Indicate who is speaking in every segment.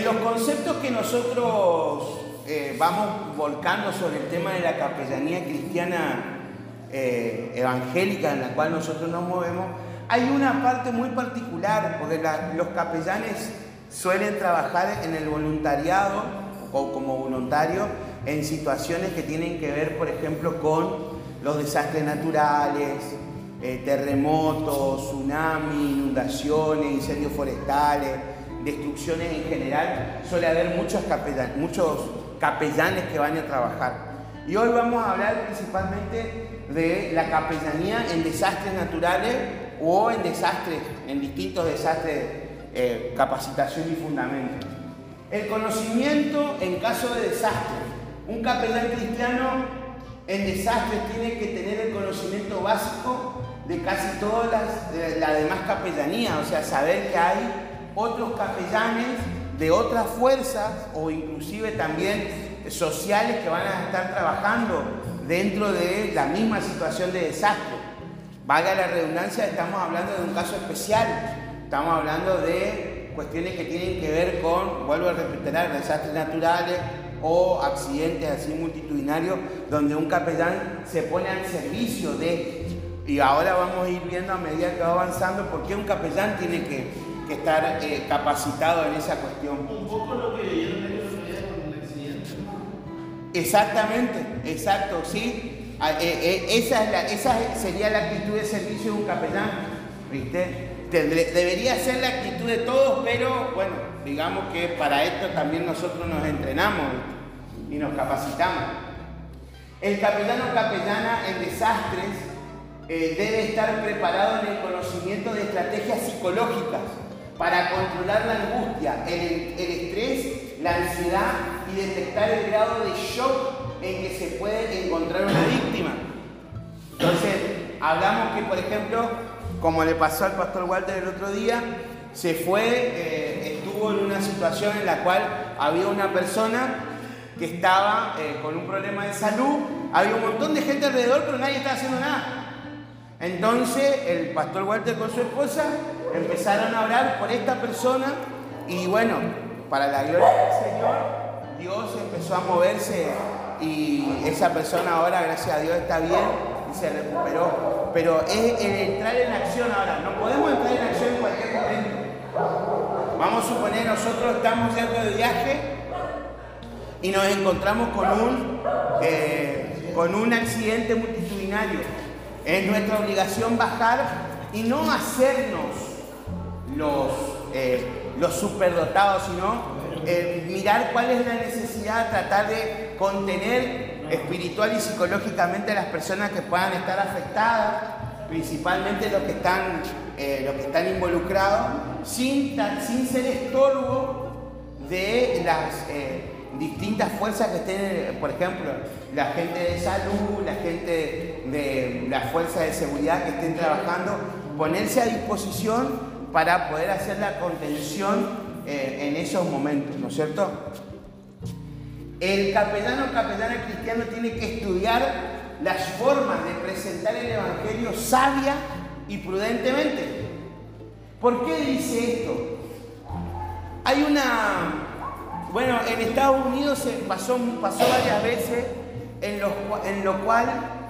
Speaker 1: los conceptos que nosotros vamos volcando sobre el tema de la capellanía cristiana evangélica en la cual nosotros nos movemos, hay una parte muy particular, porque los capellanes suelen trabajar en el voluntariado o como voluntarios en situaciones que tienen que ver, por ejemplo, con los desastres naturales, terremotos, tsunamis, inundaciones, incendios forestales, destrucciones en general. Suele haber muchos capellanes que van a trabajar. Y hoy vamos a hablar principalmente de la capellanía en desastres naturales o en distintos desastres, capacitación y fundamento. El conocimiento en caso de desastre. Un capellán cristiano en desastres tiene que tener el conocimiento básico de casi todas las demás capellanías, o sea, saber que hay otros capellanes de otras fuerzas o inclusive también sociales que van a estar trabajando dentro de la misma situación de desastre. Valga la redundancia, estamos hablando de un caso especial, estamos hablando de cuestiones que tienen que ver con, vuelvo a reiterar, desastres naturales o accidentes así multitudinarios, donde un capellán se pone al servicio de, y ahora vamos a ir viendo a medida que va avanzando por qué un capellán tiene que estar capacitado en esa cuestión.
Speaker 2: Un poco lo que vieron el otro día con el accidente.
Speaker 1: Exactamente, exacto, sí. Esa sería la actitud de servicio de un capellán, ¿viste? Debería ser la actitud de todos, pero bueno, digamos que para esto también nosotros nos entrenamos y nos capacitamos. El capellán o capellana en desastres debe estar preparado en el conocimiento de estrategias psicológicas para controlar la angustia, el estrés, la ansiedad y detectar el grado de shock en que se puede encontrar una víctima. Entonces, hablamos que, por ejemplo, como le pasó al pastor Walter el otro día, se fue, estuvo en una situación en la cual había una persona que estaba con un problema de salud, había un montón de gente alrededor, pero nadie estaba haciendo nada. Entonces, el pastor Walter con su esposa empezaron a orar por esta persona y bueno, para la gloria del Señor, Dios empezó a moverse y esa persona ahora, gracias a Dios, está bien y se recuperó. Pero es el entrar en acción ahora. No podemos entrar en acción en cualquier momento. Vamos a suponer, nosotros estamos yendo de viaje y nos encontramos con un accidente multitudinario. Es nuestra obligación bajar y no hacernos los superdotados, sino mirar cuál es la necesidad, tratar de contener espiritual y psicológicamente a las personas que puedan estar afectadas, principalmente los que están involucrados, sin ser estorbo de las distintas fuerzas que estén, por ejemplo, la gente de salud, la gente de las fuerzas de seguridad que estén trabajando, ponerse a disposición para poder hacer la contención en esos momentos, ¿no es cierto? El capellán o capellana cristiano tiene que estudiar las formas de presentar el evangelio sabia y prudentemente. ¿Por qué dice esto? Hay bueno, en Estados Unidos se pasó varias veces en lo cual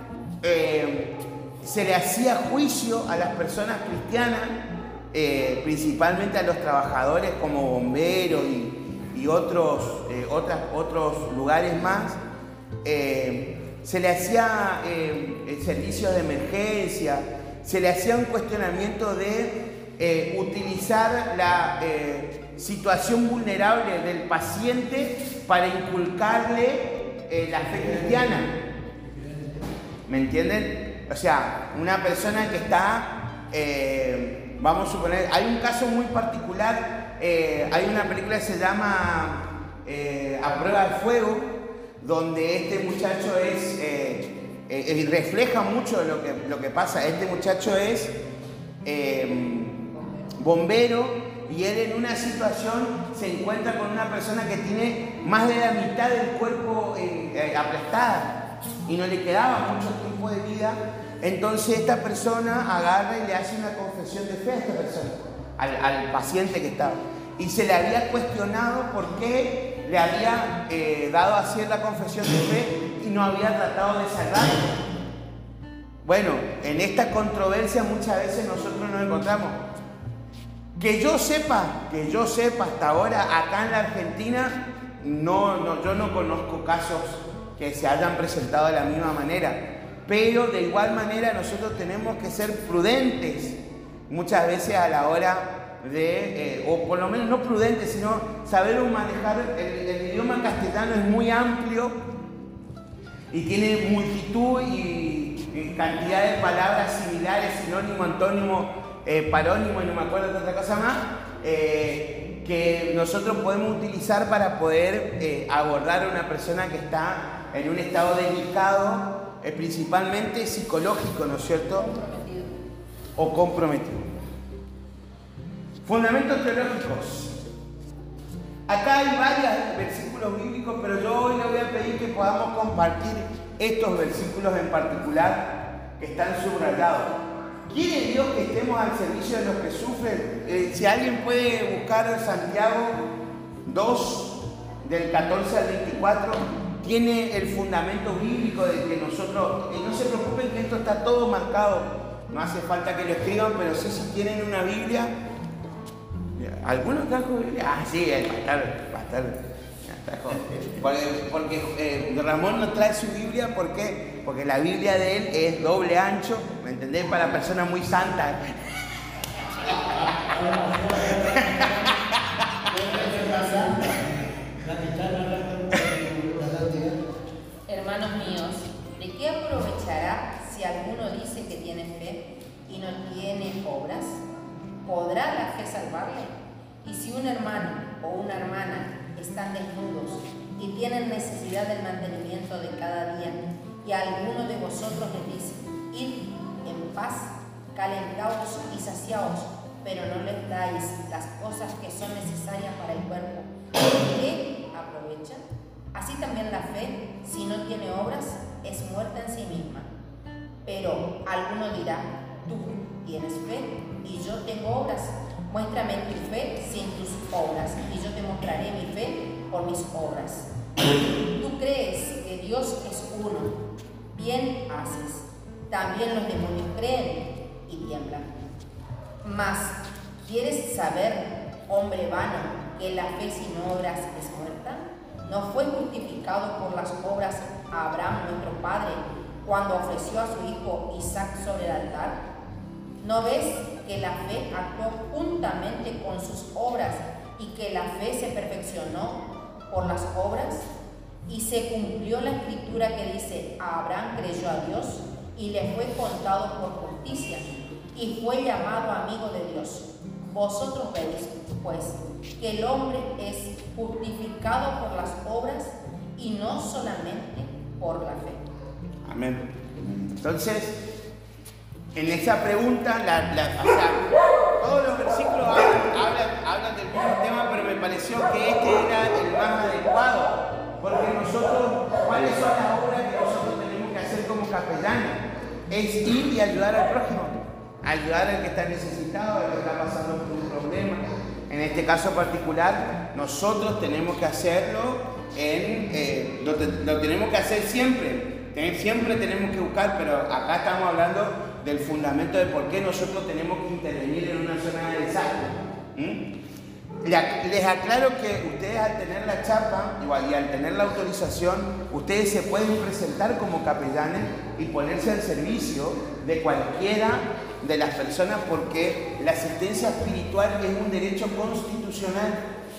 Speaker 1: se le hacía juicio a las personas cristianas, principalmente a los trabajadores como bomberos y otros lugares más. Se le hacía servicios de emergencia, se le hacía un cuestionamiento de utilizar la situación vulnerable del paciente para inculcarle la fe cristiana. ¿Me entienden? O sea, una persona que está, vamos a suponer, hay un caso muy particular, hay una película que se llama A Prueba de Fuego, donde este muchacho refleja mucho lo que pasa. Este muchacho es bombero y él en una situación se encuentra con una persona que tiene más de la mitad del cuerpo aplastada y no le quedaba mucho tiempo de vida. Entonces esta persona agarra y le hace una confesión de fe a esta persona, al paciente que estaba. y se le había cuestionado por qué le había dado así en la confesión de fe y no había tratado de salvarlo. Bueno, en esta controversia muchas veces nosotros nos encontramos. Que yo sepa hasta ahora, acá en la Argentina, yo no conozco casos que se hayan presentado de la misma manera. Pero de igual manera nosotros tenemos que ser prudentes muchas veces a la hora de, o por lo menos no prudentes, sino saber manejar. El idioma castellano es muy amplio y tiene multitud y cantidad de palabras similares, sinónimo, antónimo, parónimo y no me acuerdo de otra cosa más, que nosotros podemos utilizar para poder abordar a una persona que está en un estado delicado, principalmente psicológico, ¿no es cierto? O comprometido. Fundamentos teológicos. Acá hay varios versículos bíblicos, pero yo hoy le voy a pedir que podamos compartir estos versículos en particular que están subrayados. ¿Quiere Dios que estemos al servicio de los que sufren? Si alguien puede buscar Santiago 2, del 14 al 24, tiene el fundamento bíblico de que nosotros, no se preocupen que esto está todo marcado, no hace falta que lo escriban, pero sí si tienen una Biblia. ¿Algunos trajo Biblia? Ah, sí, el pastor. Porque Ramón nos trae su Biblia, ¿por qué? Porque la Biblia de él es doble ancho, ¿me entendés? Para personas muy santas.
Speaker 3: Hermanos míos, ¿de qué aprovechará si alguno dice que tiene fe y no tiene obras? ¿Podrá la fe salvarle? Y si un hermano o una hermana están desnudos y tienen necesidad del mantenimiento de cada día, y a alguno de vosotros les dice, id en paz, calentaos y saciaos, pero no les dais las cosas que son necesarias para el cuerpo, ¿qué aprovecha? Así también la fe, si no tiene obras, es muerta en sí misma. Pero alguno dirá, tú tienes fe y yo tengo obras. Muéstrame tu fe sin tus obras, y yo te mostraré mi fe por mis obras. Tú crees que Dios es uno, bien haces. También los demonios creen y tiemblan. Mas, ¿quieres saber, hombre vano, que la fe sin obras es muerta? ¿No fue justificado por las obras a Abraham, nuestro padre, cuando ofreció a su hijo Isaac sobre el altar? ¿No ves que la fe actuó juntamente con sus obras y que la fe se perfeccionó por las obras? Y se cumplió la escritura que dice, a Abraham creyó a Dios y le fue contado por justicia y fue llamado amigo de Dios. Vosotros veis, pues, que el hombre es justificado por las obras y no solamente por la fe.
Speaker 1: Amén. Entonces, en esa pregunta, todos los versículos hablan del mismo tema, pero me pareció que este era el más adecuado, porque ¿cuáles son las obras que nosotros tenemos que hacer como capellanes? Es ir y ayudar al prójimo, ayudar al que está necesitado, al que está pasando por un problema. En este caso particular, nosotros tenemos que hacerlo, lo tenemos que hacer siempre. Siempre tenemos que buscar, pero acá estamos hablando del fundamento de por qué nosotros tenemos que intervenir en una zona de desastre. Les aclaro que ustedes al tener la chapa y al tener la autorización, ustedes se pueden presentar como capellanes y ponerse al servicio de cualquiera de las personas, porque la asistencia espiritual es un derecho constitucional.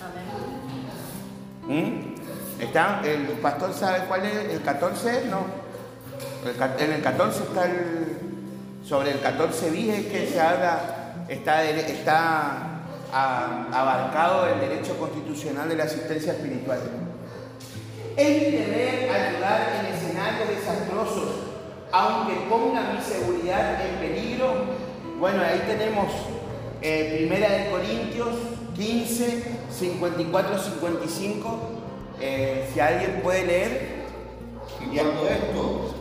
Speaker 3: Amén.
Speaker 1: ¿El pastor sabe cuál es? ¿El 14? No. En el 14 está sobre el 14 bis es que se habla, está abarcado el derecho constitucional de la asistencia espiritual. Es mi deber ayudar en escenarios desastrosos, aunque ponga mi seguridad en peligro. Bueno, ahí tenemos 1 Corintios 15, 54-55. Si alguien puede leer.
Speaker 4: Y cuando esto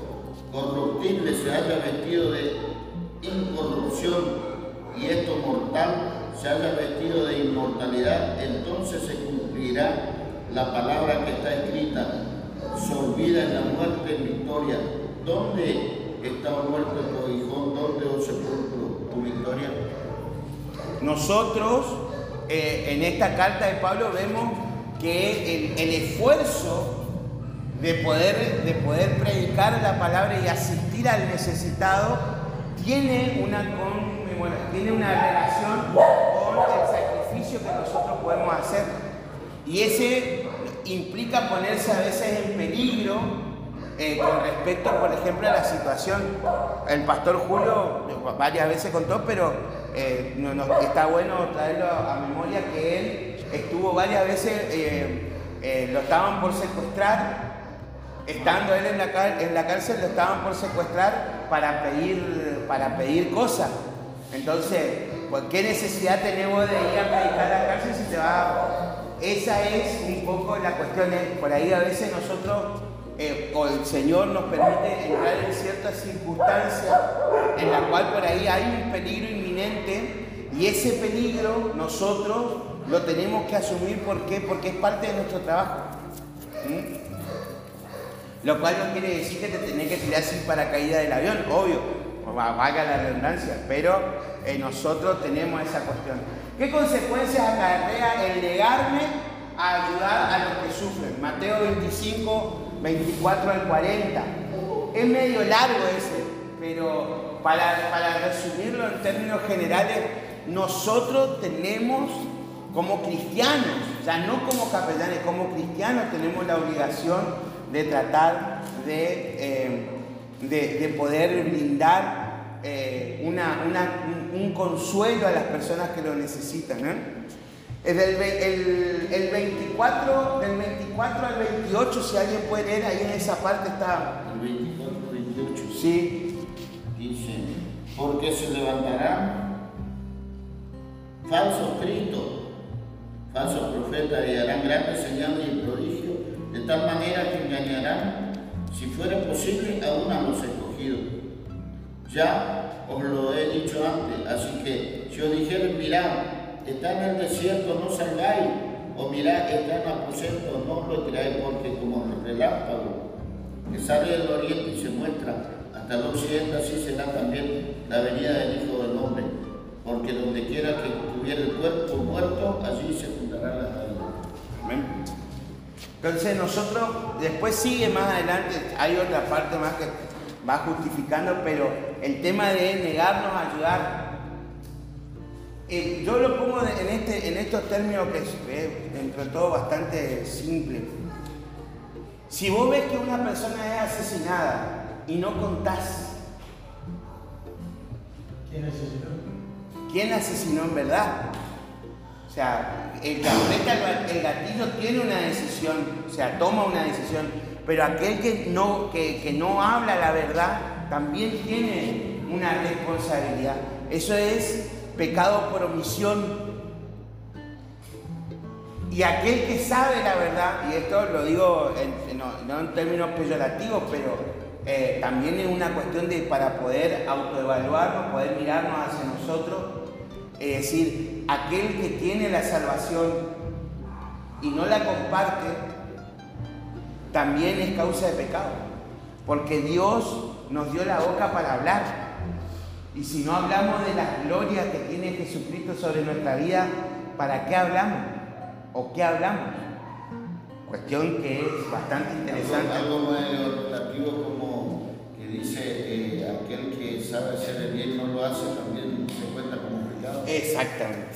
Speaker 4: corruptible se haya vestido de incorrupción y esto mortal se haya vestido de inmortalidad, entonces se cumplirá la palabra que está escrita: se olvida en la muerte en victoria. ¿Dónde está muerto tu aguijón? ¿Dónde, oh sepulcro, tu victoria?
Speaker 1: Nosotros en esta carta de Pablo vemos que el esfuerzo de poder predicar la palabra y asistir al necesitado tiene una relación con el sacrificio que nosotros podemos hacer. Y ese implica ponerse a veces en peligro con respecto, por ejemplo, a la situación. El pastor Julio varias veces contó, pero está bueno traerlo a memoria, que él estuvo varias veces, lo estaban por secuestrar. Estando él en la cárcel, lo estaban por secuestrar para pedir cosas. Entonces, pues, ¿qué necesidad tenemos de ir a predicar a la cárcel si te va? Esa es un poco la cuestión. Por ahí a veces nosotros, o el Señor nos permite entrar en ciertas circunstancias en la cual por ahí hay un peligro inminente, y ese peligro nosotros lo tenemos que asumir. ¿Por qué? Porque es parte de nuestro trabajo. Lo cual no quiere decir que te tenés que tirar sin paracaídas del avión, obvio, valga la redundancia, pero nosotros tenemos esa cuestión. ¿Qué consecuencias acarrea el negarme a ayudar a los que sufren? Mateo 25, 24 al 40. Es medio largo ese, pero para resumirlo en términos generales, nosotros tenemos como cristianos, ya no como capellanes, como cristianos tenemos la obligación de tratar de poder brindar un consuelo a las personas que lo necesitan. Del 24 al 28, si alguien puede leer, ahí en esa parte está.
Speaker 4: El 24 al 28.
Speaker 1: Sí.
Speaker 4: Dice: porque se levantarán falsos cristos, falsos profetas, y harán grandes señales y prodigios, de tal manera que engañarán, si fuera posible, aún a los escogidos. Ya os lo he dicho antes, así que si os dijeren: mirad, está en el desierto, no salgáis, o mirad, está en aposento, no os retiráis, porque como el relámpago que sale del oriente y se muestra hasta el occidente, así será también la venida del Hijo del Hombre. Porque donde quiera que estuviera el cuerpo muerto, allí se juntarán las almas.
Speaker 1: Amén. Entonces nosotros, después sigue más adelante, hay otra parte más que va justificando, pero el tema de negarnos a ayudar, yo lo pongo en estos términos que es dentro de todo bastante simple. Si vos ves que una persona es asesinada y no contás,
Speaker 2: ¿quién asesinó?
Speaker 1: ¿quién asesinó en verdad? O sea, el que aprieta el gatillo tiene una decisión, o sea, toma una decisión, pero aquel que no habla la verdad también tiene una responsabilidad. Eso es pecado por omisión. Y aquel que sabe la verdad, y esto lo digo no en términos peyorativos, pero también es una cuestión para poder autoevaluarnos, poder mirarnos hacia nosotros, es decir, aquel que tiene la salvación y no la comparte, también es causa de pecado, porque Dios nos dio la boca para hablar, y si no hablamos de las glorias que tiene Jesucristo sobre nuestra vida, ¿para qué hablamos? ¿O qué hablamos? Cuestión que es bastante interesante.
Speaker 4: Algo medio relativo, como que dice aquel que sabe hacer el bien y no lo hace, también se cuenta como pecado.
Speaker 1: Exactamente.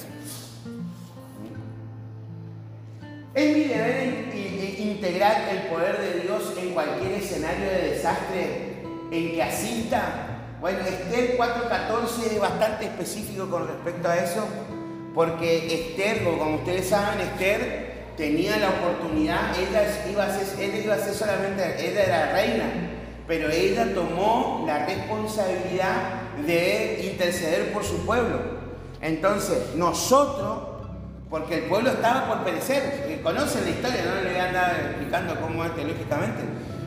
Speaker 1: Es mi deber integrar el poder de Dios en cualquier escenario de desastre en que asista. Bueno, Esther 4:14 es bastante específico con respecto a eso, porque Esther, como ustedes saben, Esther tenía la oportunidad, ella iba a ser solamente, ella era reina, pero ella tomó la responsabilidad de interceder por su pueblo. Entonces, nosotros, porque el pueblo estaba por perecer, conocen la historia, no le voy a andar explicando cómo es teológicamente,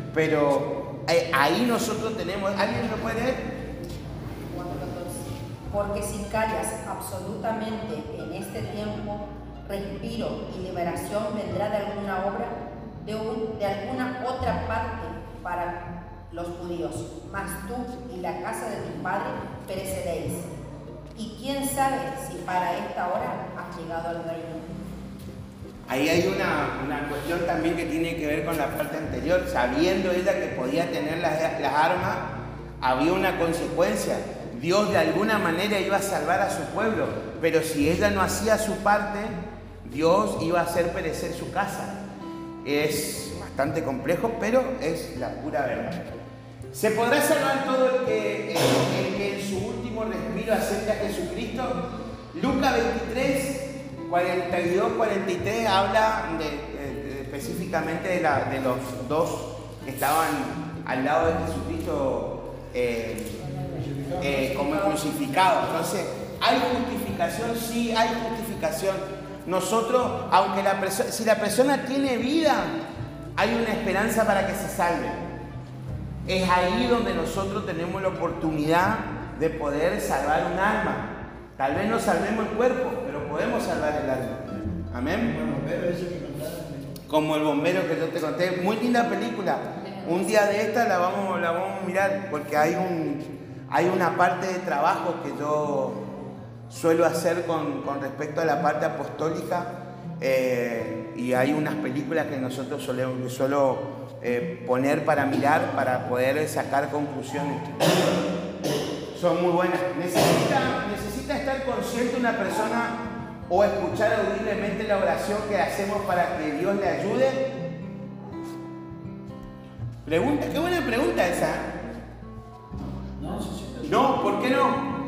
Speaker 1: pero ahí nosotros tenemos, ¿alguien lo puede leer?
Speaker 3: Porque si callas absolutamente en este tiempo, respiro y liberación vendrá de alguna obra, de alguna otra parte para los judíos, mas tú y la casa de tu padre pereceréis. Y quién sabe si para esta hora has llegado al reino.
Speaker 1: Ahí hay una cuestión también que tiene que ver con la parte anterior. Sabiendo ella que podía tener las armas, había una consecuencia. Dios de alguna manera iba a salvar a su pueblo, pero si ella no hacía su parte, Dios iba a hacer perecer su casa. Es bastante complejo, pero es la pura verdad. ¿Se podrá salvar todo el que en su último respiro acepta a Jesucristo? Lucas 23, 42-43 habla específicamente de los dos que estaban al lado de Jesucristo como crucificados. Entonces, ¿hay justificación? Sí, hay justificación. Nosotros, aunque si la persona tiene vida, hay una esperanza para que se salve. Es ahí donde nosotros tenemos la oportunidad de poder salvar un alma. Tal vez no salvemos el cuerpo, pero podemos salvar el alma. Amén. Como el bombero que yo te conté. Muy linda película. Un día de esta la vamos a mirar, porque hay una parte de trabajo que yo suelo hacer con respecto a la parte apostólica, y hay unas películas que nosotros suelo poner para mirar, para poder sacar conclusiones. Son muy buenas. Necesita estar consciente una persona o escuchar audiblemente la oración que hacemos para que Dios le ayude. Pregunta, qué buena pregunta esa. No, ¿por qué no?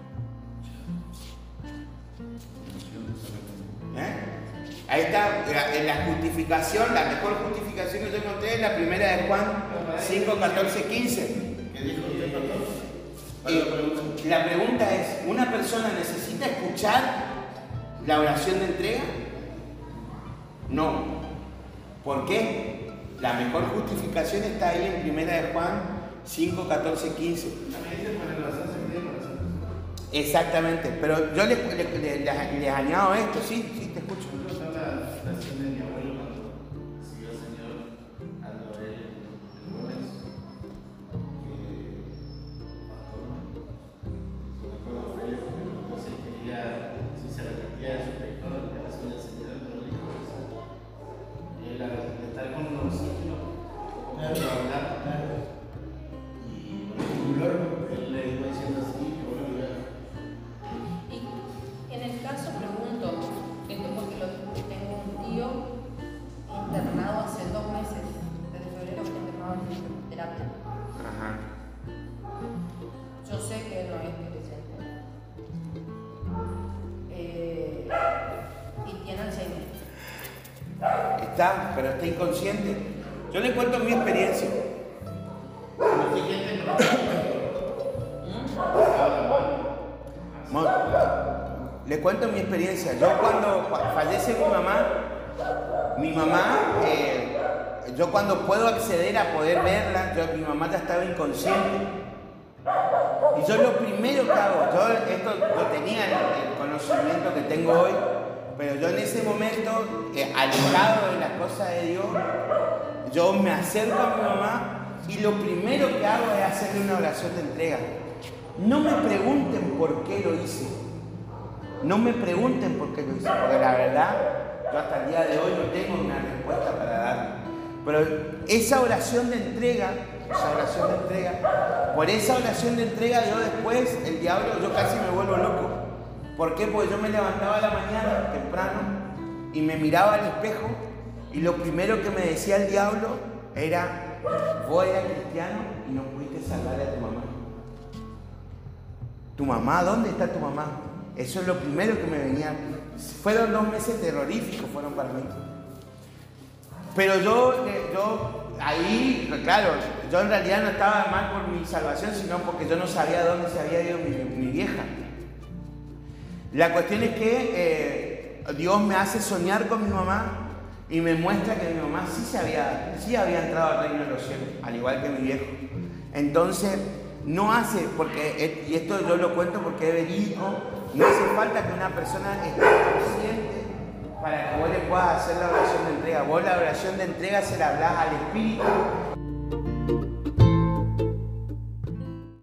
Speaker 1: Ahí está, la justificación, la mejor justificación que yo encontré es la primera de Juan 5, 14, 15.
Speaker 4: ¿Qué dijo usted, pastor?
Speaker 1: La pregunta es, ¿una persona necesita escuchar la oración de entrega? No. ¿Por qué? La mejor justificación está ahí en primera de Juan 5, 14, 15. Exactamente, pero yo les añado esto, sí, te escucho. Pero está inconsciente. Yo le cuento mi experiencia. Le cuento mi experiencia. Yo cuando fallece mi mamá, yo cuando puedo acceder a poder verla, mi mamá ya estaba inconsciente. Y yo lo primero que hago, yo tenía el conocimiento que tengo hoy, pero yo en ese momento, alejado de las cosas de Dios, yo me acerco a mi mamá y lo primero que hago es hacerle una oración de entrega. No me pregunten por qué lo hice. No me pregunten por qué lo hice, porque la verdad, yo hasta el día de hoy no tengo una respuesta para darle. Pero esa oración de entrega, por esa oración de entrega, yo después, el diablo, yo casi me vuelvo loco. ¿Por qué? Porque yo me levantaba a la mañana temprano y me miraba al espejo y lo primero que me decía el diablo era: vos eras cristiano y no pudiste salvar a tu mamá. ¿Tu mamá? ¿Dónde está tu mamá? Eso es lo primero que me venía. Fueron 2 meses terroríficos, fueron para mí. Pero yo ahí, claro, yo en realidad no estaba mal por mi salvación, sino porque yo no sabía dónde se había ido mi vieja. La cuestión es que Dios me hace soñar con mi mamá y me muestra que mi mamá sí había entrado al reino de los cielos, al igual que mi viejo. Entonces, no hace, porque, y esto yo lo cuento porque es verídico, no hace falta que una persona esté consciente para que vos le puedas hacer la oración de entrega. Vos la oración de entrega se la hablás al Espíritu